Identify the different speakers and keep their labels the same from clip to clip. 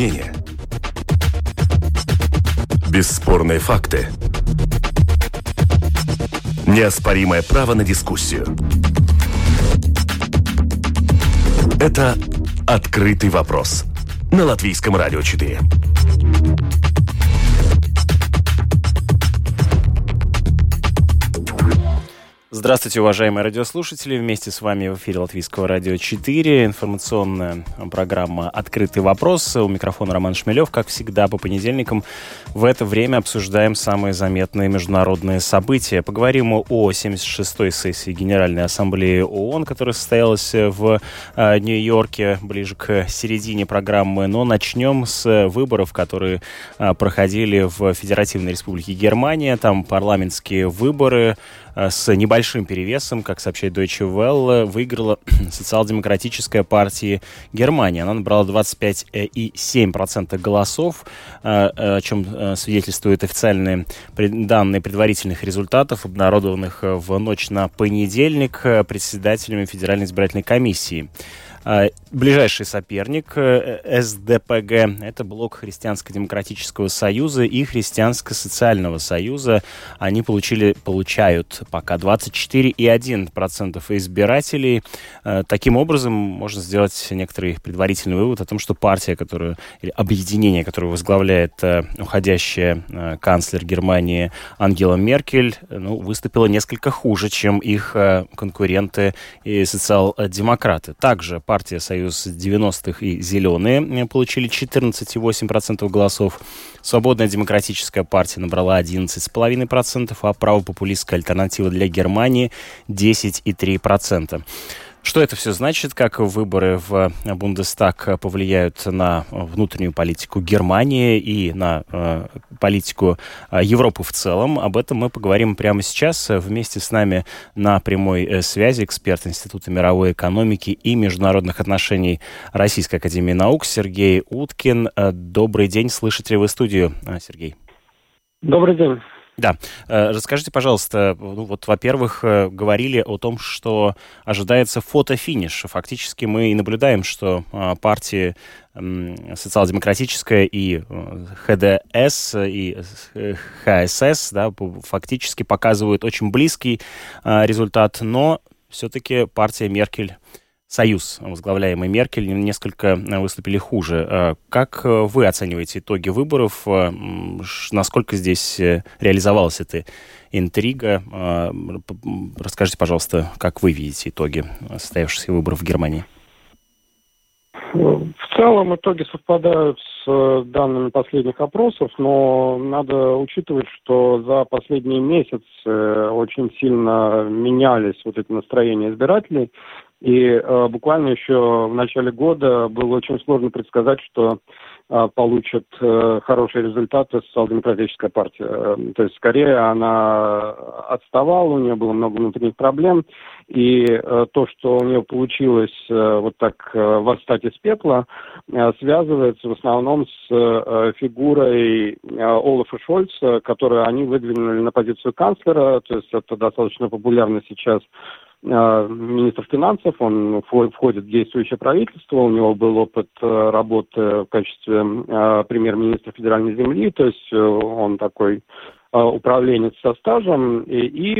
Speaker 1: мнение. Бесспорные факты. Неоспоримое право на дискуссию. Это «Открытый вопрос» на Латвийском радио 4.
Speaker 2: Здравствуйте, уважаемые радиослушатели. Вместе с вами в эфире Латвийского радио 4. Информационная программа «Открытый вопрос». У микрофона Роман Шмелев. Как всегда, по понедельникам в это время обсуждаем самые заметные международные события. Поговорим о 76-й сессии Генеральной Ассамблеи ООН, которая состоялась в Нью-Йорке ближе к середине программы. Но начнем с выборов, которые проходили в Федеративной Республике Германия. Там парламентские выборы с небольшим перевесом, как сообщает Deutsche Welle, выиграла Социал-демократическая партия Германии. Она набрала 25,7% голосов, о чем свидетельствуют официальные данные предварительных результатов, обнародованных в ночь на понедельник председателями Федеральной избирательной комиссии. Ближайший соперник СДПГ – это блок Христианско-демократического союза и Христианско-социального союза. Они получают пока 24,1% избирателей. Таким образом, можно сделать некоторый предварительный вывод о том, что партия, или объединение, которое возглавляет уходящая канцлер Германии Ангела Меркель, выступило несколько хуже, чем их конкуренты и социал-демократы. Также партия «Союз 90-х» и «Зеленые» получили 14,8% голосов. Свободная демократическая партия набрала 11,5%, а правопопулистская альтернатива для Германии 10,3%. Что это все значит? Как выборы в Бундестаг повлияют на внутреннюю политику Германии и на политику Европы в целом? Об этом мы поговорим прямо сейчас. Вместе с нами на прямой связи эксперт Института мировой экономики и международных отношений Российской академии наук Сергей Уткин. Добрый день. Слышите ли вы студию, Сергей?
Speaker 3: Добрый день.
Speaker 2: Да. Расскажите, пожалуйста, во-первых, говорили о том, что ожидается фотофиниш. Фактически мы и наблюдаем, что партии социал-демократическая и ХДС, и ХСС, фактически показывают очень близкий результат, но все-таки партия Меркель, Союз, возглавляемый Меркель, несколько выступили хуже. Как вы оцениваете итоги выборов? Насколько здесь реализовалась эта интрига? Расскажите, пожалуйста, как вы видите итоги состоявшихся выборов в Германии?
Speaker 3: В целом итоги совпадают с данными последних опросов, но надо учитывать, что за последние месяцы очень сильно менялись эти настроения избирателей. И буквально еще в начале года было очень сложно предсказать, что получит хорошие результаты социал-демократическая партия. То есть, скорее, она отставала, у нее было много внутренних проблем. И то, что у нее получилось так восстать из пепла, связывается в основном с фигурой Олафа Шольца, которую они выдвинули на позицию канцлера. То есть, это достаточно популярно сейчас министр финансов, он входит в действующее правительство, у него был опыт работы в качестве премьер-министра федеральной земли, то есть он такой управленец со стажем, и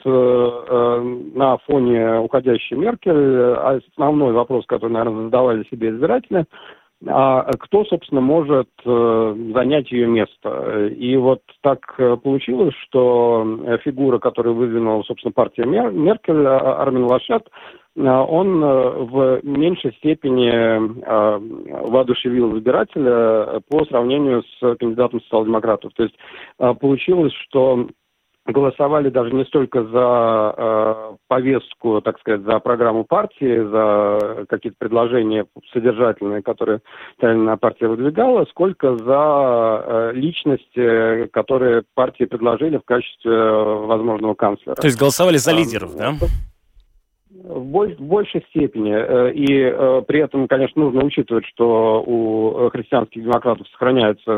Speaker 3: на фоне уходящей Меркель основной вопрос, который, наверное, задавали себе избиратели, кто, собственно, может занять ее место. И так получилось, что фигура, которую выдвинула, собственно, партия Меркель, Армин Лашет, он в меньшей степени воодушевил избирателя по сравнению с кандидатом социал-демократов. То есть получилось, что голосовали даже не столько за повестку, так сказать, за программу партии, за какие-то предложения содержательные, которые партия выдвигала, сколько за личности, которые партии предложили в качестве возможного канцлера.
Speaker 2: То есть голосовали за лидеров, да?
Speaker 3: В большей степени. И при этом, конечно, нужно учитывать, что у христианских демократов сохраняются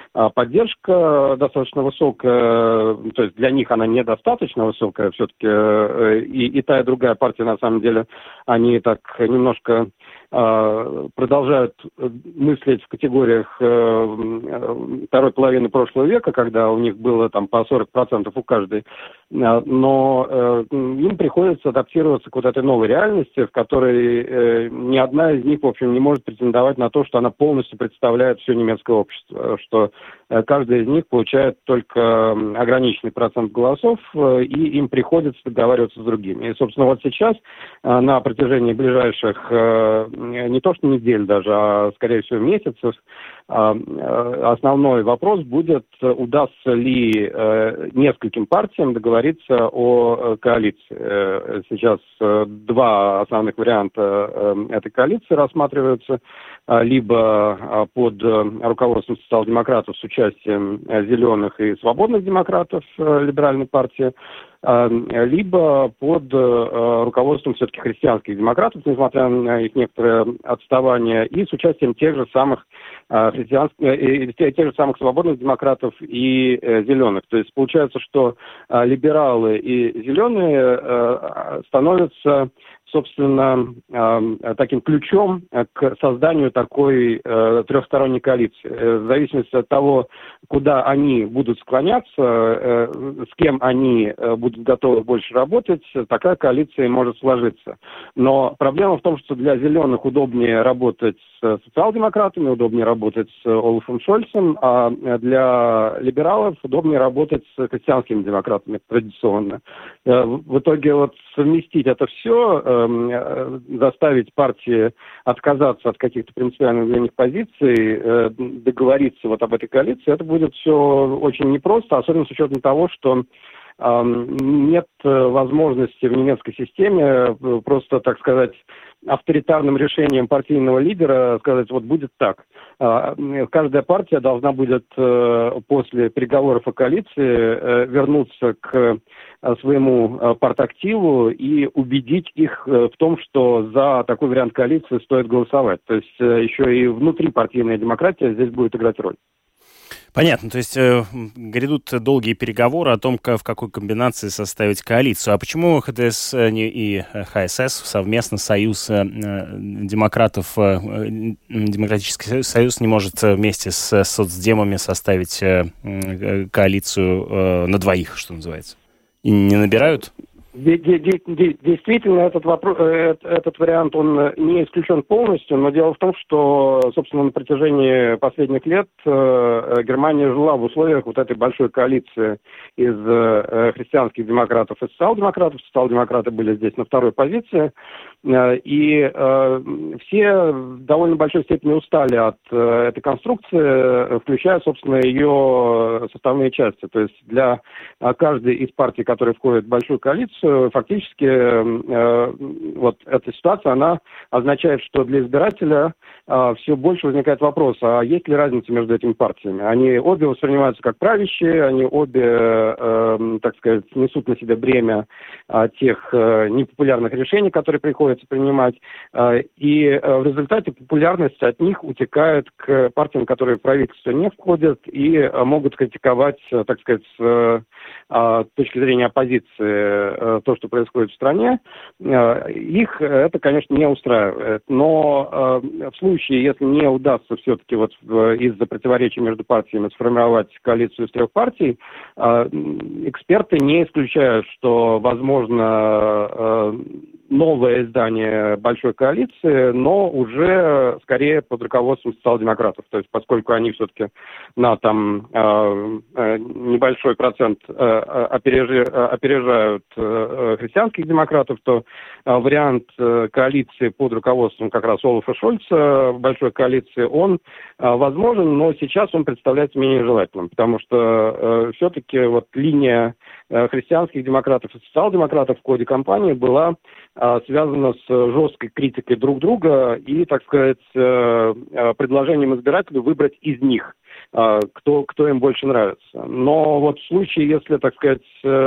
Speaker 3: поддержка достаточно высокая, то есть для них она недостаточно высокая, все-таки и та, и другая партия, на самом деле, они так немножко продолжают мыслить в категориях второй половины прошлого века, когда у них было там по 40% у каждой, но им приходится адаптироваться к вот этой новой реальности, в которой ни одна из них, в общем, не может претендовать на то, что она полностью представляет все немецкое общество, что каждый из них получает только ограниченный процент голосов, и им приходится договариваться с другими. И, собственно, вот сейчас на протяжении ближайших не то что недель даже, а скорее всего месяцев, основной вопрос будет, удастся ли нескольким партиям договориться о коалиции. Сейчас два основных варианта этой коалиции рассматриваются. Либо под руководством социал-демократов с участием зеленых и свободных демократов либеральной партии, либо под руководством все-таки христианских демократов, несмотря на их некоторое отставание, и с участием тех же самых свободных демократов и зеленых. То есть получается, что либералы и зеленые становятся, собственно, таким ключом к созданию такой трехсторонней коалиции. В зависимости от того, куда они будут склоняться, с кем они будут готовы больше работать, такая коалиция может сложиться. Но проблема в том, что для зеленых удобнее работать с социал-демократами, удобнее работать с Олафом Шольцем, а для либералов удобнее работать с христианскими демократами традиционно. В итоге вот совместить это все, заставить партии отказаться от каких-то принципиальных для них позиций, договориться вот об этой коалиции, это будет все очень непросто, особенно с учетом того, что нет возможности в немецкой системе просто, так сказать, авторитарным решением партийного лидера сказать, вот будет так. Каждая партия должна будет после переговоров о коалиции вернуться к своему партактиву и убедить их в том, что за такой вариант коалиции стоит голосовать. То есть еще и внутрипартийная демократия здесь будет играть роль.
Speaker 2: Понятно, то есть грядут долгие переговоры о том, в какой комбинации составить коалицию. А почему ХДС и ХСС совместно союз демократов, Демократический союз не может вместе с соцдемами составить коалицию на двоих, что называется? И не набирают?
Speaker 3: Действительно, этот вариант, он не исключен полностью, но дело в том, что, собственно, на протяжении последних лет Германия жила в условиях вот этой большой коалиции из христианских демократов и социал-демократов. Социал-демократы были здесь на второй позиции, и все в довольно большой степени устали от этой конструкции, включая, собственно, ее составные части. То есть для каждой из партий, которые входят в большую коалицию, фактически вот эта ситуация, она означает, что для избирателя все больше возникает вопрос, а есть ли разница между этими партиями? Они обе воспринимаются как правящие, они обе, так сказать, несут на себе бремя тех непопулярных решений, которые приходится принимать, и в результате популярность от них утекает к партиям, которые в правительство не входят и могут критиковать, так сказать, с точки зрения оппозиции то, что происходит в стране. Их это, конечно, не устраивает. Но в случае, если не удастся все-таки вот из-за противоречий между партиями сформировать коалицию из трех партий, эксперты не исключают, что возможно новое издание большой коалиции, но уже скорее под руководством социал-демократов. То есть поскольку они все-таки на там небольшой процент опережают христианских демократов, то вариант коалиции под руководством как раз Олафа Шольца, большой коалиции, он возможен, но сейчас он представляется менее желательным, потому что все-таки вот линия христианских демократов и социал-демократов в ходе кампании была связана с жесткой критикой друг друга и, так сказать, предложением избирателю выбрать из них, кто им больше нравится. Но вот в случае, если, так сказать,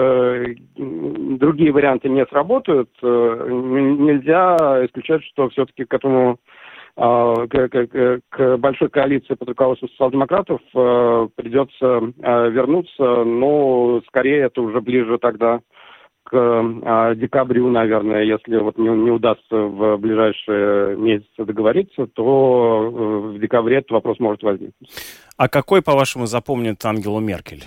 Speaker 3: другие варианты не сработают, нельзя исключать, что все-таки к этому к большой коалиции под руководством социал-демократов придется вернуться, но скорее это уже ближе тогда к декабрю, наверное. Если вот не удастся в ближайшие месяцы договориться, то в декабре этот вопрос может возникнуть.
Speaker 2: А какой, по-вашему, запомнит Ангелу Меркель?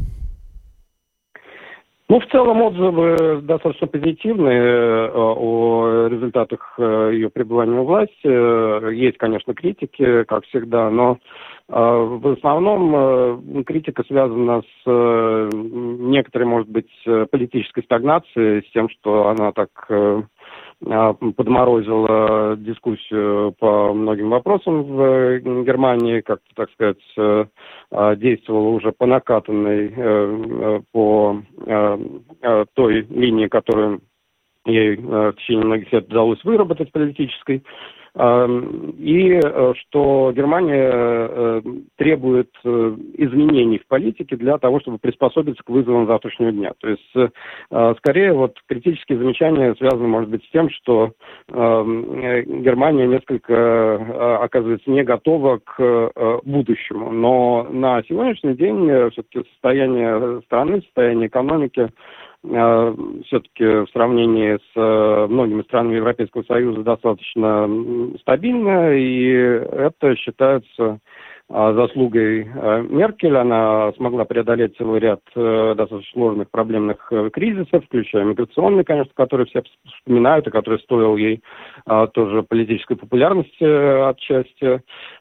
Speaker 3: Ну, в целом отзывы достаточно позитивные о результатах ее пребывания у власти. Есть, конечно, критики, как всегда, но в основном критика связана с некоторой, может быть, политической стагнацией, с тем, что она так подморозила дискуссию по многим вопросам в Германии, как-то, так сказать, действовала уже по накатанной, по той линии, которую ей в течение многих лет удалось выработать политической. И что Германия требует изменений в политике для того, чтобы приспособиться к вызовам завтрашнего дня. То есть, скорее, вот критические замечания связаны, может быть, с тем, что Германия несколько, оказывается, не готова к будущему. Но на сегодняшний день все-таки состояние страны, состояние экономики все-таки в сравнении с многими странами Европейского Союза достаточно стабильно, и это считается заслугой Меркель. Она смогла преодолеть целый ряд достаточно сложных проблемных кризисов, включая миграционный, конечно, который все вспоминают, и который стоил ей тоже политической популярности отчасти.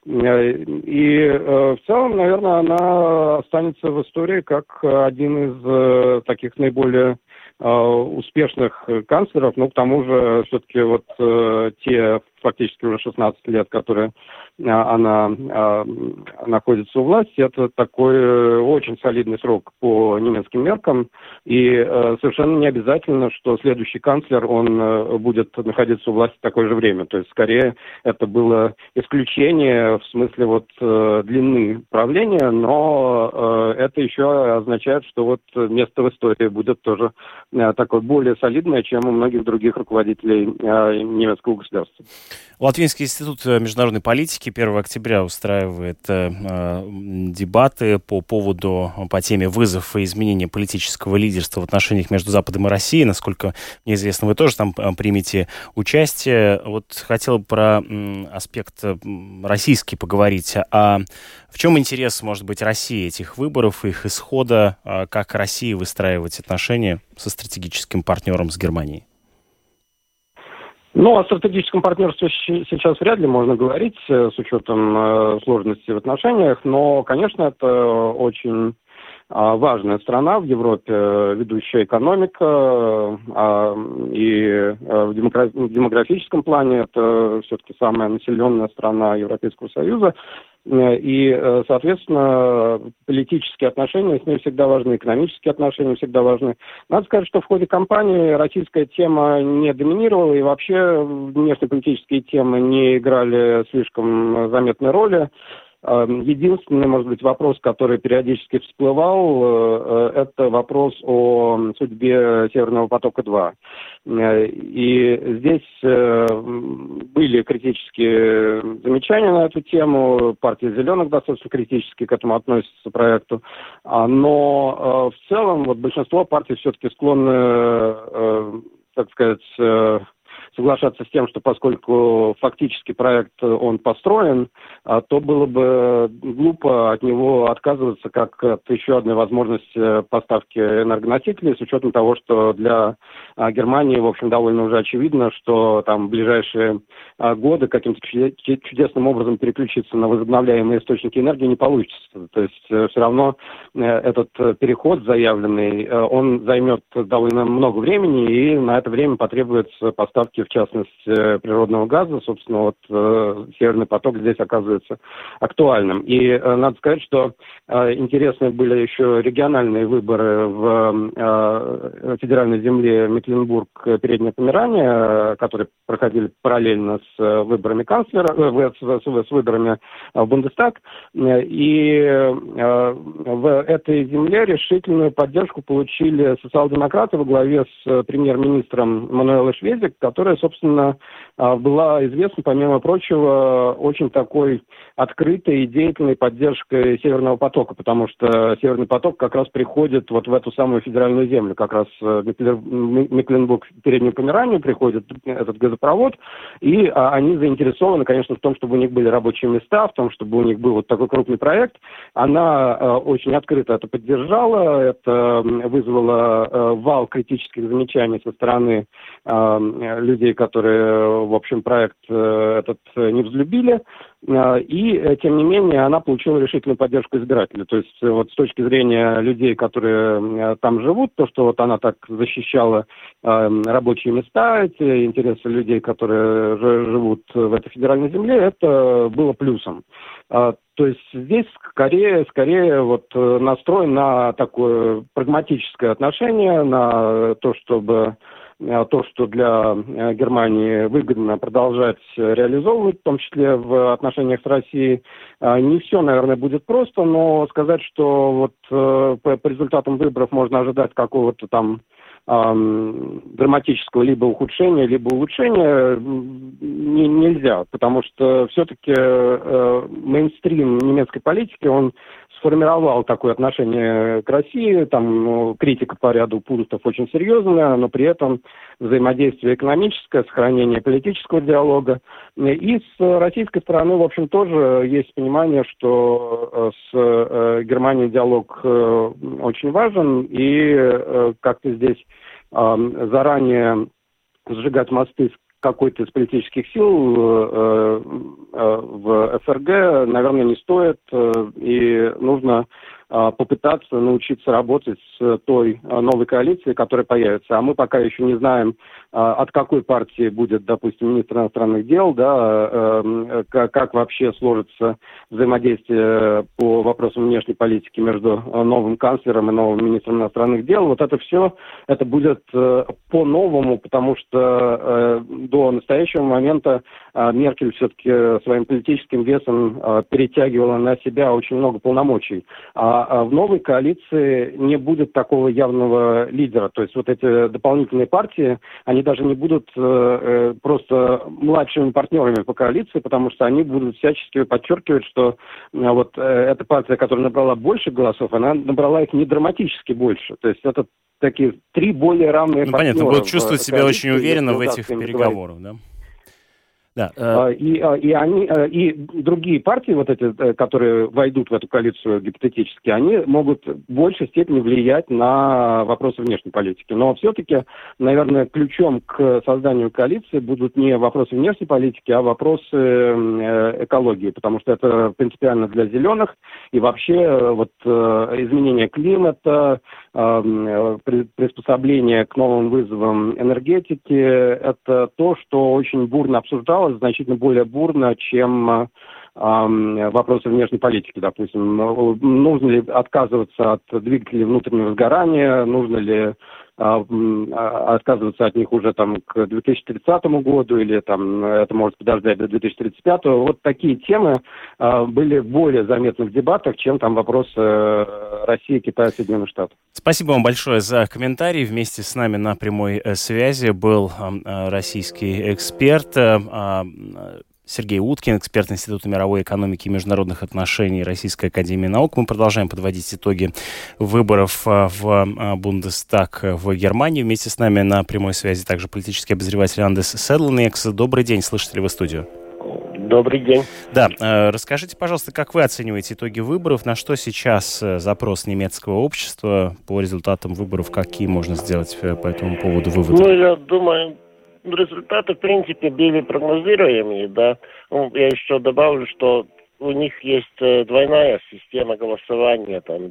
Speaker 3: И в целом, наверное, она останется в истории как один из таких наиболее успешных канцлеров, но к тому же все-таки вот те фактически уже 16 лет, которые она находится у власти, это такой очень солидный срок по немецким меркам, и совершенно не обязательно, что следующий канцлер, он будет находиться у власти в такое же время, то есть скорее это было исключение в смысле вот длины правления, но это еще означает, что вот место в истории будет тоже такое более солидное, чем у многих других руководителей немецкого государства.
Speaker 2: Латвийский институт международной политики 1 октября устраивает дебаты по теме вызов и изменения политического лидерства в отношениях между Западом и Россией. Насколько мне известно, вы тоже там примете участие. Вот хотел про аспект российский поговорить. А в чем интерес, может быть, России этих выборов, их исхода? Как России выстраивать отношения со стратегическим партнером, с Германией?
Speaker 3: Ну, о стратегическом партнерстве сейчас вряд ли можно говорить с учетом сложностей в отношениях, но, конечно, это очень важная страна в Европе, ведущая экономика, и в демографическом плане это все-таки самая населенная страна Европейского Союза. И, соответственно, политические отношения с ней всегда важны, экономические отношения всегда важны. Надо сказать, что в ходе кампании российская тема не доминировала, и вообще внешнеполитические темы не играли слишком заметной роли. Единственный, может быть, вопрос, который периодически всплывал, это вопрос о судьбе Северного потока-2. И здесь были критические замечания на эту тему. Партия «Зеленых» достаточно критически к этому относится проекту. Но в целом вот большинство партий все-таки склонны, так сказать, соглашаться с тем, что поскольку фактически проект он построен, то было бы глупо от него отказываться как от еще одной возможности поставки энергоносителей, с учетом того, что для Германии, в общем, довольно уже очевидно, что там в ближайшие годы каким-то чудесным образом переключиться на возобновляемые источники энергии не получится. То есть все равно этот переход заявленный, он займет довольно много времени, и на это время потребуется поставки, в частности, природного газа. Собственно, вот Северный поток здесь оказывается актуальным. И надо сказать, что интересные были еще региональные выборы в федеральной земле Мекленбург, Передняя Померания, которые проходили параллельно с выборами канцлера, с выборами в Бундестаг. И в этой земле решительную поддержку получили социал-демократы во главе с премьер-министром Мануэлой Швезик, которая которая, собственно, была известна, помимо прочего, очень такой открытой и деятельной поддержкой Северного потока, потому что Северный поток как раз приходит вот в эту самую федеральную землю, как раз в Мекленбург, Переднюю Померанию приходит этот газопровод, и они заинтересованы, конечно, в том, чтобы у них были рабочие места, в том, чтобы у них был вот такой крупный проект. Она очень открыто это поддержала, это вызвало вал критических замечаний со стороны людей, которые, в общем, проект этот не взлюбили. И, тем не менее, она получила решительную поддержку избирателей. То есть, вот с точки зрения людей, которые там живут, то, что вот она так защищала рабочие места, эти интересы людей, которые живут в этой федеральной земле, это было плюсом. То есть здесь скорее вот настрой на такое прагматическое отношение, на то, чтобы то, что для Германии выгодно продолжать реализовывать, в том числе в отношениях с Россией. Не все, наверное, будет просто, но сказать, что вот по результатам выборов можно ожидать какого-то там драматического либо ухудшения, либо улучшения нельзя, потому что все-таки мейнстрим немецкой политики, он сформировал такое отношение к России, там критика по ряду пунктов очень серьезная, но при этом взаимодействие экономическое, сохранение политического диалога. И с российской стороны, в общем, тоже есть понимание, что с Германией диалог очень важен, и как-то здесь заранее сжигать мосты с какой-то из политических сил в ФРГ, наверное, не стоит, и нужно попытаться научиться работать с той новой коалицией, которая появится. А мы пока еще не знаем, от какой партии будет, допустим, министр иностранных дел, да, как вообще сложится взаимодействие по вопросам внешней политики между новым канцлером и новым министром иностранных дел. Вот это все, это будет по-новому, потому что до настоящего момента Меркель все-таки своим политическим весом перетягивала на себя очень много полномочий. А в новой коалиции не будет такого явного лидера. То есть вот эти дополнительные партии, они даже не будут просто младшими партнерами по коалиции, потому что они будут всячески подчеркивать, что вот эта партия, которая набрала больше голосов, она набрала их не драматически больше. То есть это такие три более равные партнера.
Speaker 2: Понятно, будут чувствовать себя очень уверенно в этих переговорах, да? Да.
Speaker 3: И другие партии, вот эти, которые войдут в эту коалицию гипотетически, они могут в большей степени влиять на вопросы внешней политики. Но все-таки, наверное, ключом к созданию коалиции будут не вопросы внешней политики, а вопросы экологии, потому что это принципиально для зеленых. И вообще вот изменение климата, приспособление к новым вызовам энергетики, это то, что очень бурно обсуждалось, значительно более бурно, чем вопросы внешней политики, допустим. Нужно ли отказываться от двигателей внутреннего сгорания, нужно ли отказываться от них уже там к 2030 году, или там это может подождать до 2035. Вот такие темы были более заметны в дебатах, чем там вопросы России, Китая, Соединенных Штатов.
Speaker 2: Спасибо вам большое за комментарий. Вместе с нами на прямой связи был российский эксперт Сергей Уткин, эксперт Института мировой экономики и международных отношений Российской академии наук. Мы продолжаем подводить итоги выборов в Бундестаг в Германии. Вместе с нами на прямой связи также политический обозреватель Андес Седлнекс. Добрый день, слышите ли вы студию?
Speaker 4: Добрый день.
Speaker 2: Да, расскажите, пожалуйста, как вы оцениваете итоги выборов? На что сейчас запрос немецкого общества по результатам выборов? Какие можно сделать по этому поводу выводы?
Speaker 4: Ну, я думаю, результаты, в принципе, были прогнозируемые, да. Ну, я еще добавлю, что у них есть двойная система голосования, там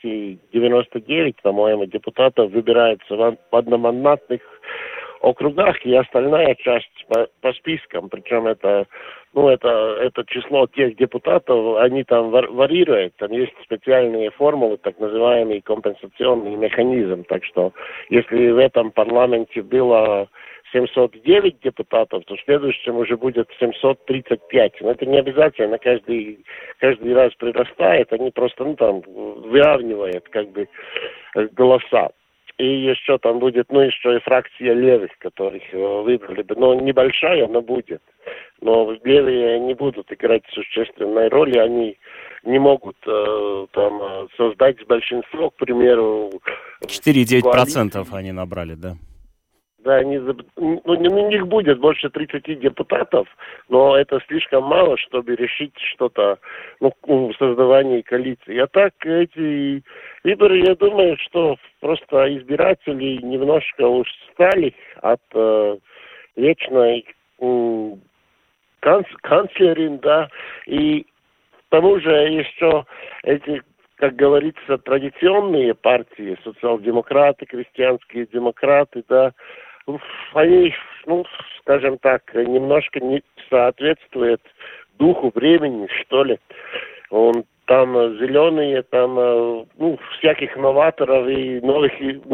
Speaker 4: 299, по-моему, депутатов выбирается в одномандатных округах, и остальная часть по спискам, причем это число тех депутатов, они там варьируют, там есть специальные формулы, так называемый компенсационный механизм, так что если в этом парламенте было 709 депутатов, то в следующем уже будет 735. Но это не обязательно каждый раз прирастает, они просто выравнивают как бы голоса. И еще там будет, еще и фракция левых, которых выбрали бы. Но небольшая, но будет. Но левые не будут играть существенной роли, они не могут там создать большинство, к примеру...
Speaker 2: 4,9% они набрали, да.
Speaker 4: Да, у них будет больше 30 депутатов, но это слишком мало, чтобы решить что-то в создавании коалиции. А так эти выборы, я думаю, что просто избиратели немножко устали от вечной канцлерин, да, и к тому же еще эти, как говорится, традиционные партии, социал-демократы, крестьянские демократы, да, они, скажем так, немножко не соответствуют духу времени, что ли. Там зеленые, там, всяких новаторов и новых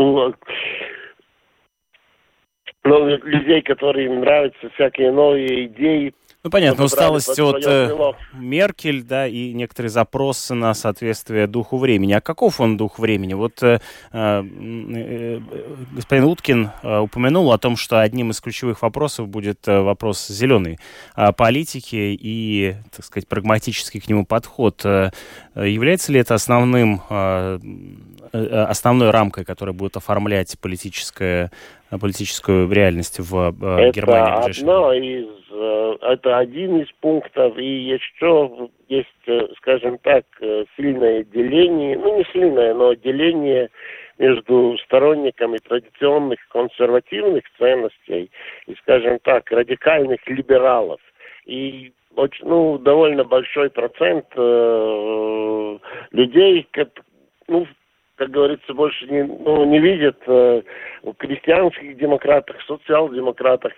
Speaker 4: людей, которым нравятся всякие новые идеи.
Speaker 2: Понятно, усталость от Меркель, да, и некоторые запросы на соответствие духу времени. А каков он дух времени? Вот господин Уткин упомянул о том, что одним из ключевых вопросов будет вопрос зеленой политики и, так сказать, прагматический к нему подход. Является ли это основной рамкой, которая будет оформлять политическую реальность в Германии?
Speaker 4: Это один из пунктов, и еще есть, скажем так, сильное деление, не сильное, но деление между сторонниками традиционных консервативных ценностей и, скажем так, радикальных либералов. И довольно большой процент людей, как говорится, больше не видят в крестьянских демократах, социал-демократах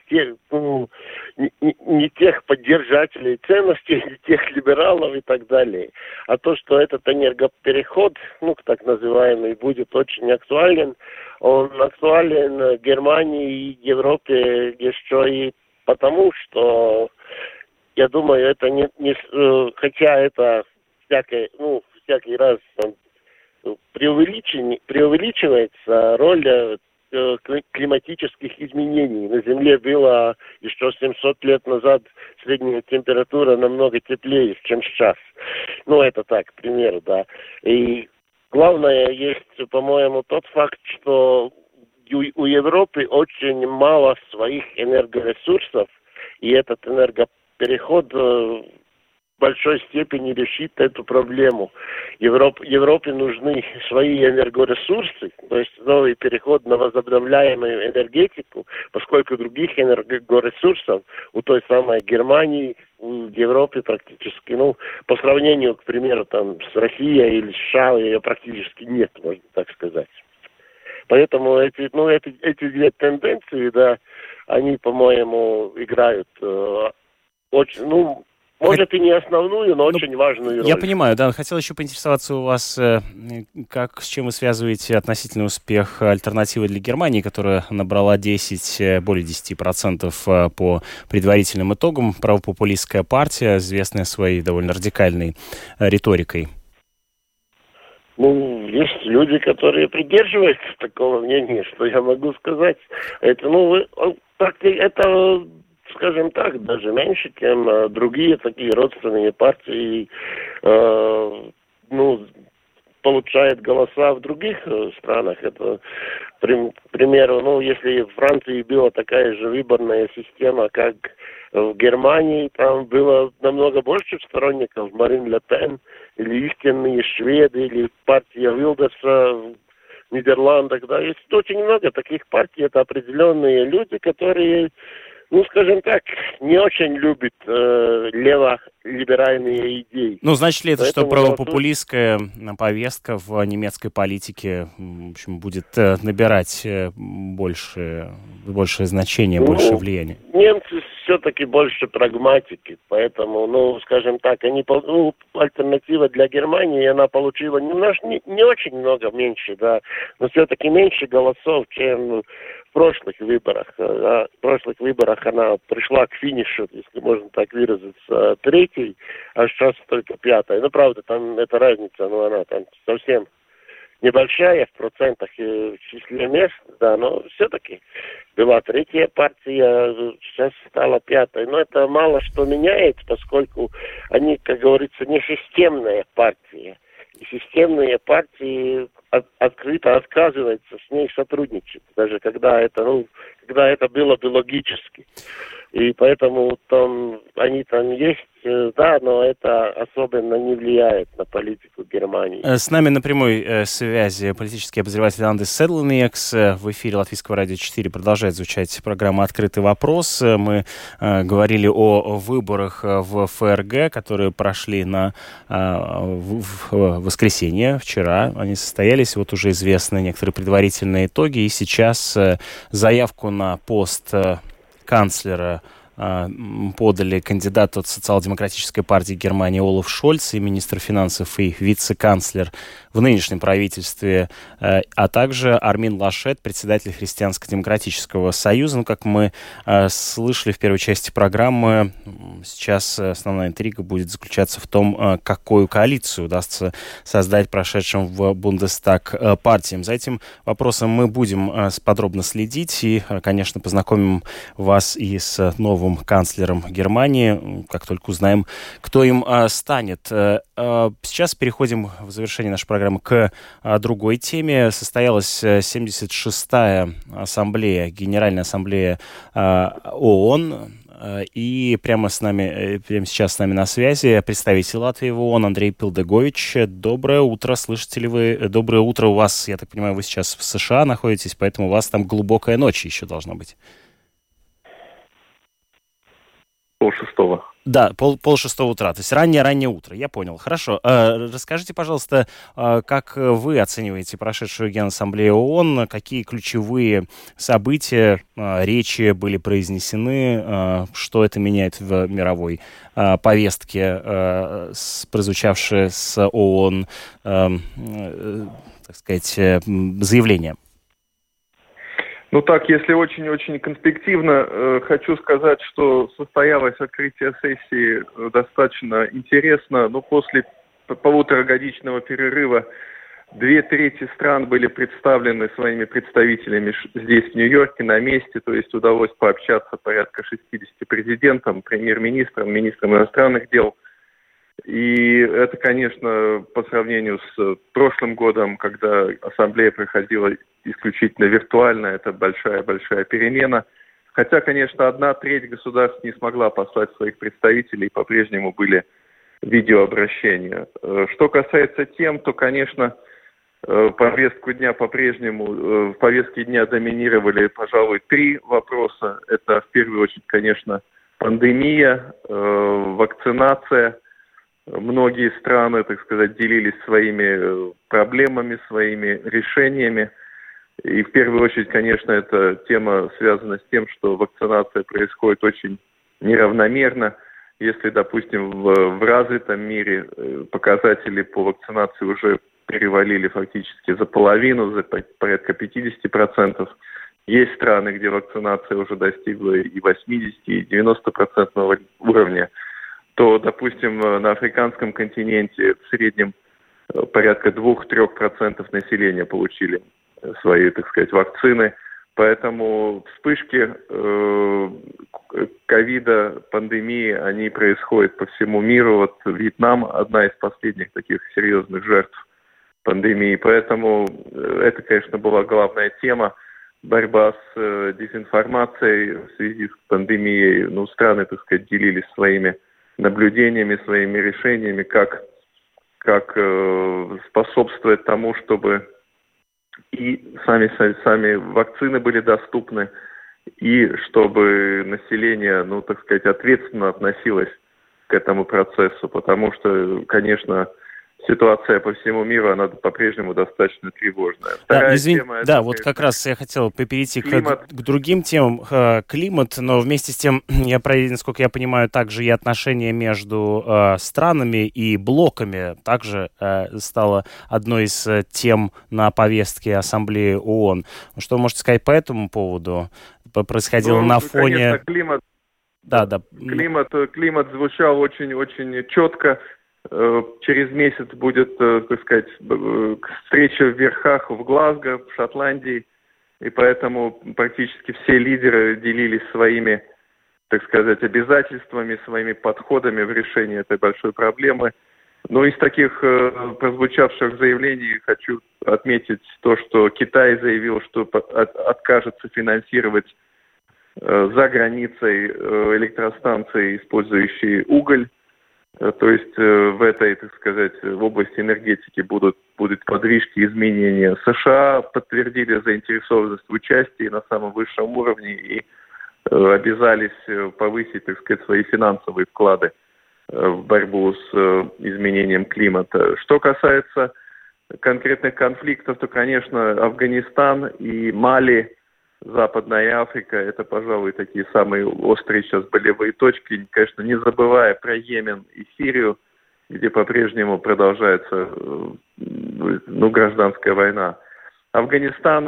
Speaker 4: не тех поддержателей ценностей, не тех либералов и так далее. А то, что этот энергопереход, так называемый, будет очень актуален, он актуален Германии и Европе еще и потому, что, я думаю, это хотя это всякий раз преувеличивается роль климатических изменений. На Земле было еще 700 лет назад средняя температура намного теплее, чем сейчас. Это так, к примеру, да. И главное есть, по-моему, тот факт, что у Европы очень мало своих энергоресурсов, и этот энергопереход в большой степени решит эту проблему. Европе нужны свои энергоресурсы, то есть новый переход на возобновляемую энергетику, поскольку других энергоресурсов у той самой Германии, у Европы практически, по сравнению, к примеру, там, с Россией или США, ее практически нет, можно так сказать. Поэтому эти две тенденции, да, они, по-моему, играют очень, может, и не основную, но очень важную роль.
Speaker 2: Я понимаю, да. Хотел еще поинтересоваться у вас, с чем вы связываете относительный успех альтернативы для Германии, которая набрала более 10% по предварительным итогам. Правопопулистская партия, известная своей довольно радикальной риторикой.
Speaker 4: Есть люди, которые придерживаются такого мнения, что я могу сказать. Это, скажем так, даже меньше, чем другие такие родственные партии, получают голоса в других странах. Это, к примеру, если в Франции была такая же выборная система, как в Германии, там было намного больше сторонников Марин Ле Пен, или истинные шведы, или партия Вилдерса в Нидерландах. Да, есть очень много таких партий. Это определенные люди, которые, скажем так, не очень любят леволиберальные идеи.
Speaker 2: Значит ли это, что правопопулистская повестка в немецкой политике, в общем, будет набирать большее значение, больше влияния?
Speaker 4: Немцы все-таки больше прагматики, поэтому, скажем так, альтернатива для Германии, она получила не очень много меньше, да, но все-таки меньше голосов, чем в прошлых выборах. В прошлых выборах она пришла к финишу, если можно так выразиться, третьей, а сейчас только пятой. Правда, там эта разница, она там совсем небольшая в процентах и в числе мест, да, но все-таки была третья партия, сейчас стала пятой. Но это мало что меняет, поскольку они, как говорится, не системные партии. И системные партии открыто отказываются с ней сотрудничать, даже когда это было бы логически. И поэтому они там есть, да, но это особенно не влияет на политику Германии.
Speaker 2: С нами на прямой связи политический обозреватель Андис Седлниекс. В эфире Латвийского радио 4 продолжает звучать программа «Открытый вопрос». Мы говорили о выборах в ФРГ, которые прошли в воскресенье, вчера. Они состоялись, вот уже известны некоторые предварительные итоги. И сейчас заявку на пост канцлера подали кандидат от Социал-демократической партии Германии Олаф Шольц и министр финансов и вице-канцлер в нынешнем правительстве, а также Армин Лашет, председатель Христианско-демократического союза. Ну, как мы слышали в первой части программы, сейчас основная интрига будет заключаться в том, какую коалицию удастся создать прошедшим в Бундестаг партиям. За этим вопросом мы будем подробно следить и, конечно, познакомим вас и с новым канцлером Германии, как только узнаем, кто им станет. Сейчас переходим в завершение нашей программы к другой теме. Состоялась 76-я ассамблея, Генеральная ассамблея ООН. И прямо сейчас с нами на связи представитель Латвии в ООН Андрей Пилдегович. Доброе утро, слышите ли вы? Доброе утро у вас, я так понимаю, вы сейчас в США находитесь, поэтому у вас там глубокая ночь еще должна быть.
Speaker 5: 5:30.
Speaker 2: Да, 5:30 утра, то есть раннее утро, я понял. Хорошо, расскажите, пожалуйста, как вы оцениваете прошедшую Генассамблею ООН, какие ключевые события, речи были произнесены, что это меняет в мировой повестке, прозвучавшее с ООН, так сказать, заявление?
Speaker 5: Ну так, если очень-очень конспективно, хочу сказать, что состоялось открытие сессии достаточно интересно. Но после полуторагодичного перерыва 2/3 стран были представлены своими представителями здесь, в Нью-Йорке, на месте. То есть удалось пообщаться порядка 60 президентам, премьер-министрам, министрам иностранных дел. И это, конечно, по сравнению с прошлым годом, когда ассамблея проходила исключительно виртуально, это большая перемена. Хотя, конечно, 1/3 государств не смогла послать своих представителей, по-прежнему были видеообращения. Что касается тем, то, конечно, повестку дня по-прежнему, в повестке дня доминировали, пожалуй, 3 вопроса. Это, в первую очередь, конечно, пандемия, вакцинация. Многие страны, так сказать, делились своими проблемами, своими решениями. И в первую очередь, конечно, эта тема связана с тем, что вакцинация происходит очень неравномерно. Если, допустим, в развитом мире показатели по вакцинации уже перевалили фактически за половину, за порядка 50%. Есть страны, где вакцинация уже достигла и 80%, и 90% уровня. То, допустим, на африканском континенте в среднем порядка 2-3% населения получили свои, так сказать, вакцины. Поэтому вспышки ковида, пандемии, они происходят по всему миру. Вот Вьетнам – одна из последних таких серьезных жертв пандемии. Поэтому это, конечно, была главная тема. Борьба с дезинформацией в связи с пандемией. Ну, страны, так сказать, делились своими наблюдениями, своими решениями, как способствовать тому, чтобы и сами вакцины были доступны, и чтобы население, ну, так сказать, ответственно относилось к этому процессу, потому что, конечно, ситуация по всему миру, она по-прежнему достаточно тревожная.
Speaker 2: Вот как раз я хотел перейти к другим темам. Климат, но вместе с тем, насколько я понимаю, также и отношения между странами и блоками также стало одной из тем на повестке Ассамблеи ООН. Что вы можете сказать по этому поводу? Происходило на фоне...
Speaker 5: Конечно, климат звучал очень-очень четко. Через месяц будет, так сказать, встреча в верхах в Глазго, в Шотландии, и поэтому практически все лидеры делились своими, так сказать, обязательствами, своими подходами в решении этой большой проблемы. Но из таких прозвучавших заявлений хочу отметить то, что Китай заявил, что откажется финансировать за границей электростанции, использующие уголь. То есть в этой, так сказать, в области энергетики будут подвижки, изменения. США подтвердили заинтересованность в участии на самом высшем уровне и обязались повысить, так сказать, свои финансовые вклады в борьбу с изменением климата. Что касается конкретных конфликтов, то, конечно, Афганистан и Мали, Западная Африка – это, пожалуй, такие самые острые сейчас болевые точки. Конечно, не забывая про Йемен и Сирию, где по-прежнему продолжается гражданская война. Афганистан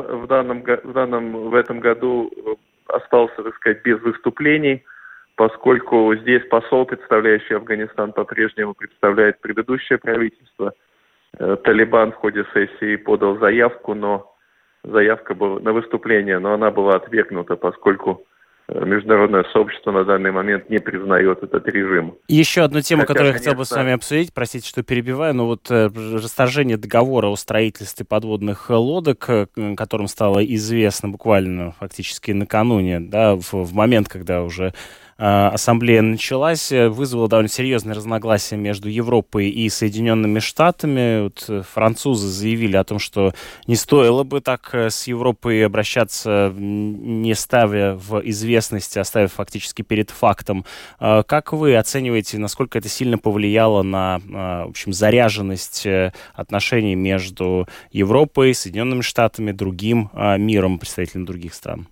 Speaker 5: в этом году остался, так сказать, без выступлений, поскольку здесь посол, представляющий Афганистан, по-прежнему представляет предыдущее правительство. Талибан в ходе сессии подал заявку, заявка была на выступление, но она была отвергнута, поскольку международное сообщество на данный момент не признает этот режим.
Speaker 2: Еще одну тему, которую я хотел бы с вами обсудить, простите, что перебиваю, но вот расторжение договора о строительстве подводных лодок, которым стало известно буквально фактически накануне, да, в момент, когда уже ассамблея началась, вызвало довольно серьезные разногласия между Европой и Соединенными Штатами. Вот французы заявили о том, что не стоило бы так с Европой обращаться, не ставя в известность, оставив фактически перед фактом. Как вы оцениваете, насколько это сильно повлияло на, в общем, заряженность отношений между Европой, Соединенными Штатами, другим миром, представителями других стран?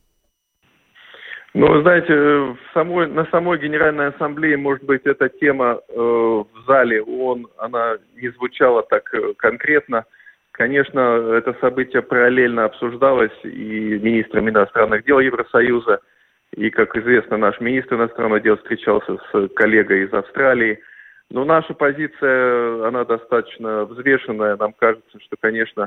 Speaker 5: Ну, вы знаете, на самой Генеральной Ассамблее, может быть, эта тема в зале ООН, она не звучала так конкретно. Конечно, это событие параллельно обсуждалось и министрами иностранных дел Евросоюза, и, как известно, наш министр иностранных дел встречался с коллегой из Австралии. Но наша позиция, она достаточно взвешенная. Нам кажется, что, конечно,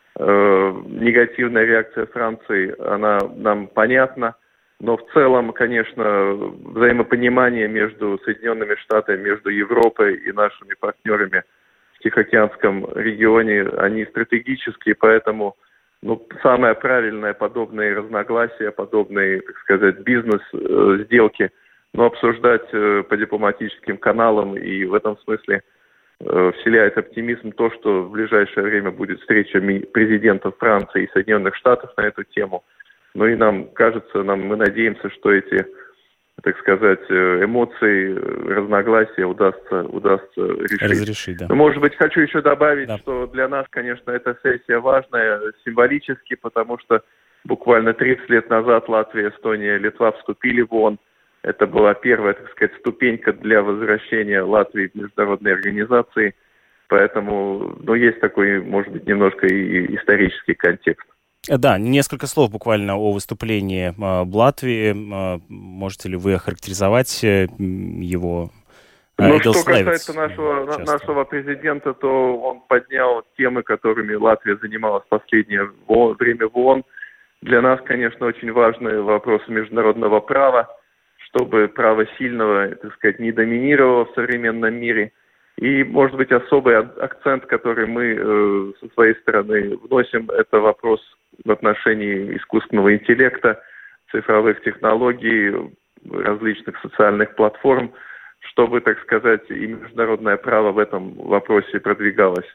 Speaker 5: негативная реакция Франции, она нам понятна. Но в целом, конечно, взаимопонимание между Соединенными Штатами, между Европой и нашими партнерами в Тихоокеанском регионе, они стратегические, поэтому самое правильное подобные разногласия, подобные, так сказать, бизнес-сделки, обсуждать по дипломатическим каналам, и в этом смысле вселяет оптимизм то, что в ближайшее время будет встреча президентов Франции и Соединенных Штатов на эту тему. Ну и нам кажется, мы надеемся, что эти, так сказать, эмоции, разногласия удастся решить.
Speaker 2: Разрешить, да.
Speaker 5: Но, может быть, хочу еще добавить, что для нас, конечно, эта сессия важная символически, потому что буквально 30 лет назад Латвия, Эстония, Литва вступили в ООН. Это была первая, так сказать, ступенька для возвращения Латвии в международные организации. Поэтому, есть такой, может быть, немножко и исторический контекст.
Speaker 2: Да, несколько слов буквально о выступлении Латвии. Можете ли вы охарактеризовать его?
Speaker 5: Что касается нашего президента, то он поднял темы, которыми Латвия занималась в последнее время в ООН. Для нас, конечно, очень важны вопросы международного права, чтобы право сильного, так сказать, не доминировало в современном мире. И, может быть, особый акцент, который мы со своей стороны вносим, это вопрос в отношении искусственного интеллекта, цифровых технологий, различных социальных платформ, чтобы, так сказать, и международное право в этом вопросе продвигалось.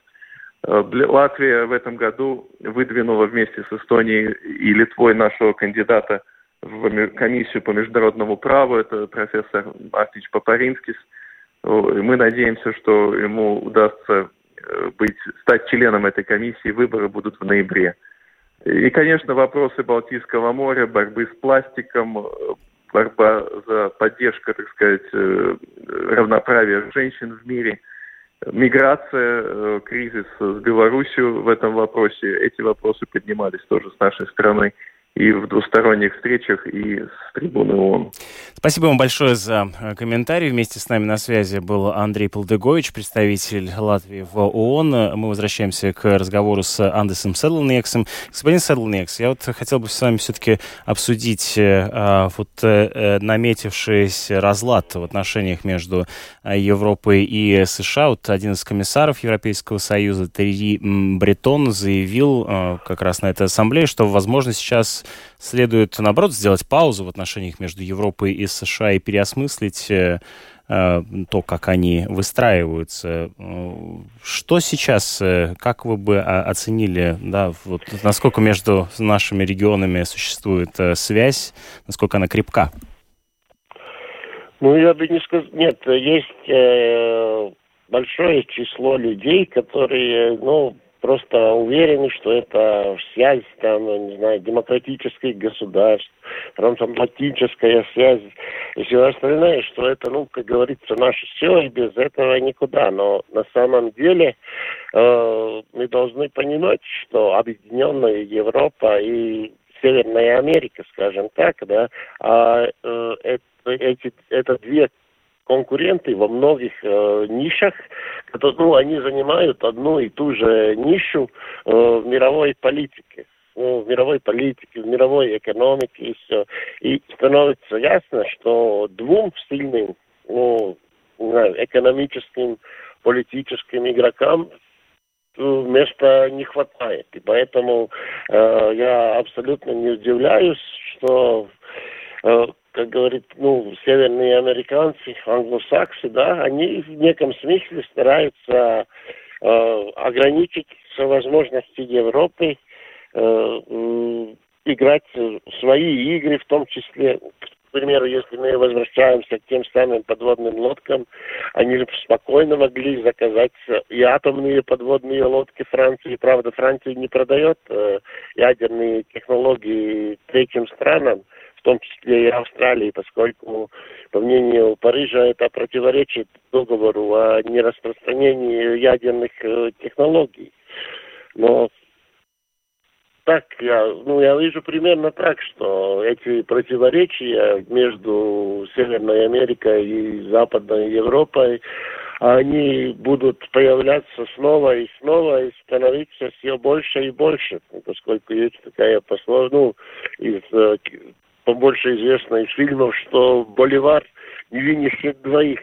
Speaker 5: Латвия в этом году выдвинула вместе с Эстонией и Литвой нашего кандидата в комиссию по международному праву, это профессор Мартич Папаринскис. Мы надеемся, что ему удастся стать членом этой комиссии, выборы будут в ноябре. И, конечно, вопросы Балтийского моря, борьбы с пластиком, борьба за поддержку, так сказать, равноправия женщин в мире, миграция, кризис с Белоруссией в этом вопросе. Эти вопросы поднимались тоже с нашей стороны. и в двусторонних встречах, и с трибуны ООН.
Speaker 2: Спасибо вам большое за комментарий. Вместе с нами на связи был Андрей Полдегович, представитель Латвии в ООН. Мы возвращаемся к разговору с Андесом Седлниексом. Господин Седлниекс, я вот хотел бы с вами все-таки обсудить наметившийся разлад в отношениях между Европой и США. Вот один из комиссаров Европейского Союза, Терри Бретон, заявил как раз на этой ассамблее, что, возможно, сейчас следует, наоборот, сделать паузу в отношениях между Европой и США и переосмыслить то, как они выстраиваются. Что сейчас, как вы бы оценили, да, вот, насколько между нашими регионами существует связь, насколько она крепка?
Speaker 4: Ну, я бы не сказал... Нет, есть большое число людей, которые, просто уверены, что это связь, не знаю, демократических государств, трансатлантическая связь и все остальное, что это, как говорится, наше все, и без этого никуда. Но на самом деле мы должны понимать, что Объединенная Европа и Северная Америка, скажем так, да, это две конкуренты во многих нишах, они занимают одну и ту же нишу в мировой политике. В мировой экономике и все. И становится ясно, что двум сильным, экономическим, политическим игрокам места не хватает. И поэтому я абсолютно не удивляюсь, что как говорит, северные американцы, англосаксы, да, они в неком смысле стараются ограничить возможности Европы играть свои игры, в том числе, к примеру, если мы возвращаемся к тем самым подводным лодкам, они спокойно могли заказать и атомные подводные лодки Франции. Правда, Франция не продает ядерные технологии третьим странам, в том числе и Австралии, поскольку, по мнению Парижа, это противоречит договору о нераспространении ядерных технологий. Но так я вижу примерно так, что эти противоречия между Северной Америкой и Западной Европой, они будут появляться снова и снова и становиться все больше и больше, поскольку есть такая побольше известно из фильмов, что Боливар не вынесет двоих.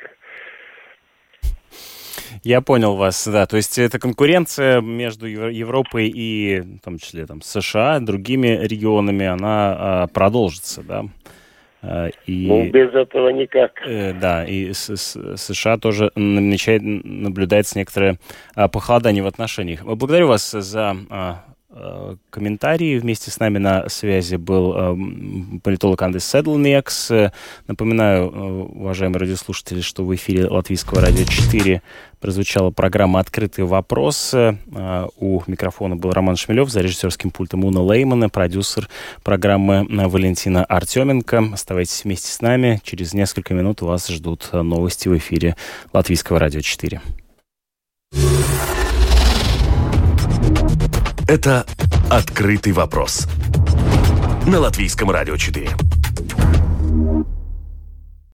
Speaker 2: Я понял вас, да. То есть это конкуренция между Европой и, в том числе, США, другими регионами, она продолжится, да?
Speaker 4: Без этого никак.
Speaker 2: Да, и США тоже наблюдается некоторое похолодание в отношениях. Благодарю вас за комментарии. Вместе с нами на связи был политолог Андес Седлниекс. Напоминаю, уважаемые радиослушатели, что в эфире Латвийского радио 4 прозвучала программа «Открытый вопрос». У микрофона был Роман Шмелев, за режиссерским пультом Уна Леймана, продюсер программы Валентина Артеменко. Оставайтесь вместе с нами. Через несколько минут вас ждут новости в эфире Латвийского радио 4.
Speaker 1: Это «Открытый вопрос» на Латвийском радио 4.